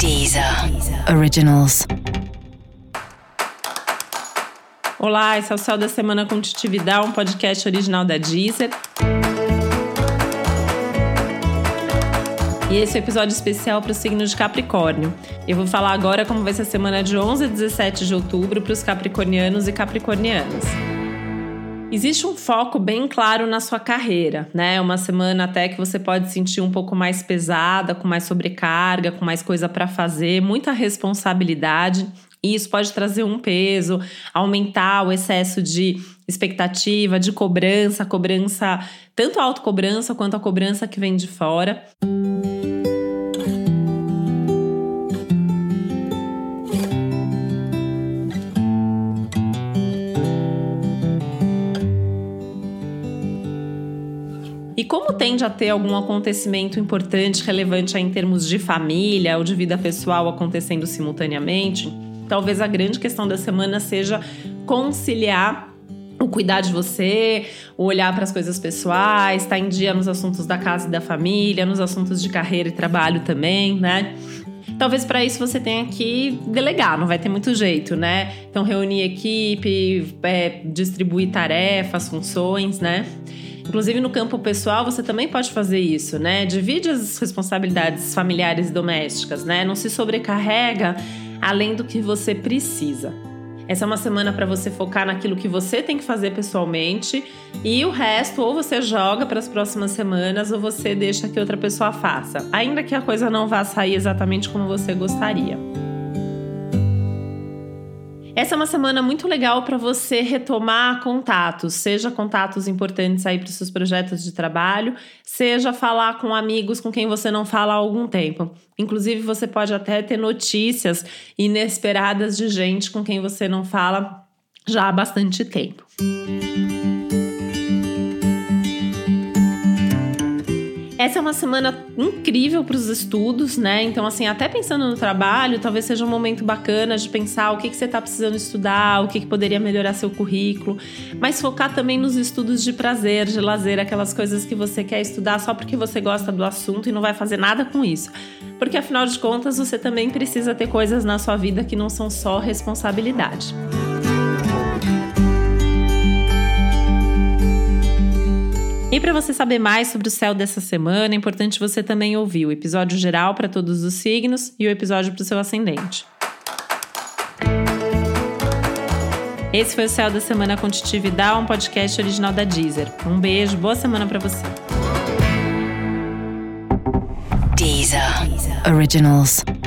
Deezer Originals. Olá, esse é o Céu da Semana com Titi Vidal, um podcast original da Deezer. E esse é o um episódio especial para o signo de Capricórnio. Eu vou falar agora como vai ser a semana de 11 a 17 de outubro para os capricornianos e capricornianas. Existe um foco bem claro na sua carreira, né? Uma semana até que você pode sentir um pouco mais pesada, com mais sobrecarga, com mais coisa para fazer, muita responsabilidade. E isso pode trazer um peso, aumentar o excesso de expectativa, de cobrança, tanto a autocobrança quanto a cobrança que vem de fora. E como tende a ter algum acontecimento importante, relevante em termos de família ou de vida pessoal acontecendo simultaneamente, talvez a grande questão da semana seja conciliar o cuidar de você, o olhar para as coisas pessoais, estar em dia nos assuntos da casa e da família, nos assuntos de carreira e trabalho também, né? Talvez para isso você tenha que delegar, não vai ter muito jeito, né? Então reunir equipe, distribuir tarefas, funções, né? Inclusive no campo pessoal você também pode fazer isso, né? Divide as responsabilidades familiares e domésticas, né? Não se sobrecarrega além do que você precisa. Essa é uma semana para você focar naquilo que você tem que fazer pessoalmente e o resto ou você joga para as próximas semanas ou você deixa que outra pessoa faça, ainda que a coisa não vá sair exatamente como você gostaria. Essa é uma semana muito legal para você retomar contatos, seja contatos importantes aí para os seus projetos de trabalho, seja falar com amigos com quem você não fala há algum tempo. Inclusive, você pode até ter notícias inesperadas de gente com quem você não fala já há bastante tempo. Essa é uma semana incrível para os estudos, né? Então, assim, até pensando no trabalho, talvez seja um momento bacana de pensar o que você está precisando estudar, o que poderia melhorar seu currículo, mas focar também nos estudos de prazer, de lazer, aquelas coisas que você quer estudar só porque você gosta do assunto e não vai fazer nada com isso. Porque, afinal de contas, você também precisa ter coisas na sua vida que não são só responsabilidade. E para você saber mais sobre o céu dessa semana, é importante você também ouvir o episódio geral para todos os signos e o episódio para o seu ascendente. Esse foi o Céu da Semana com Titi Vidal, um podcast original da Deezer. Um beijo, boa semana para você. Deezer Originals.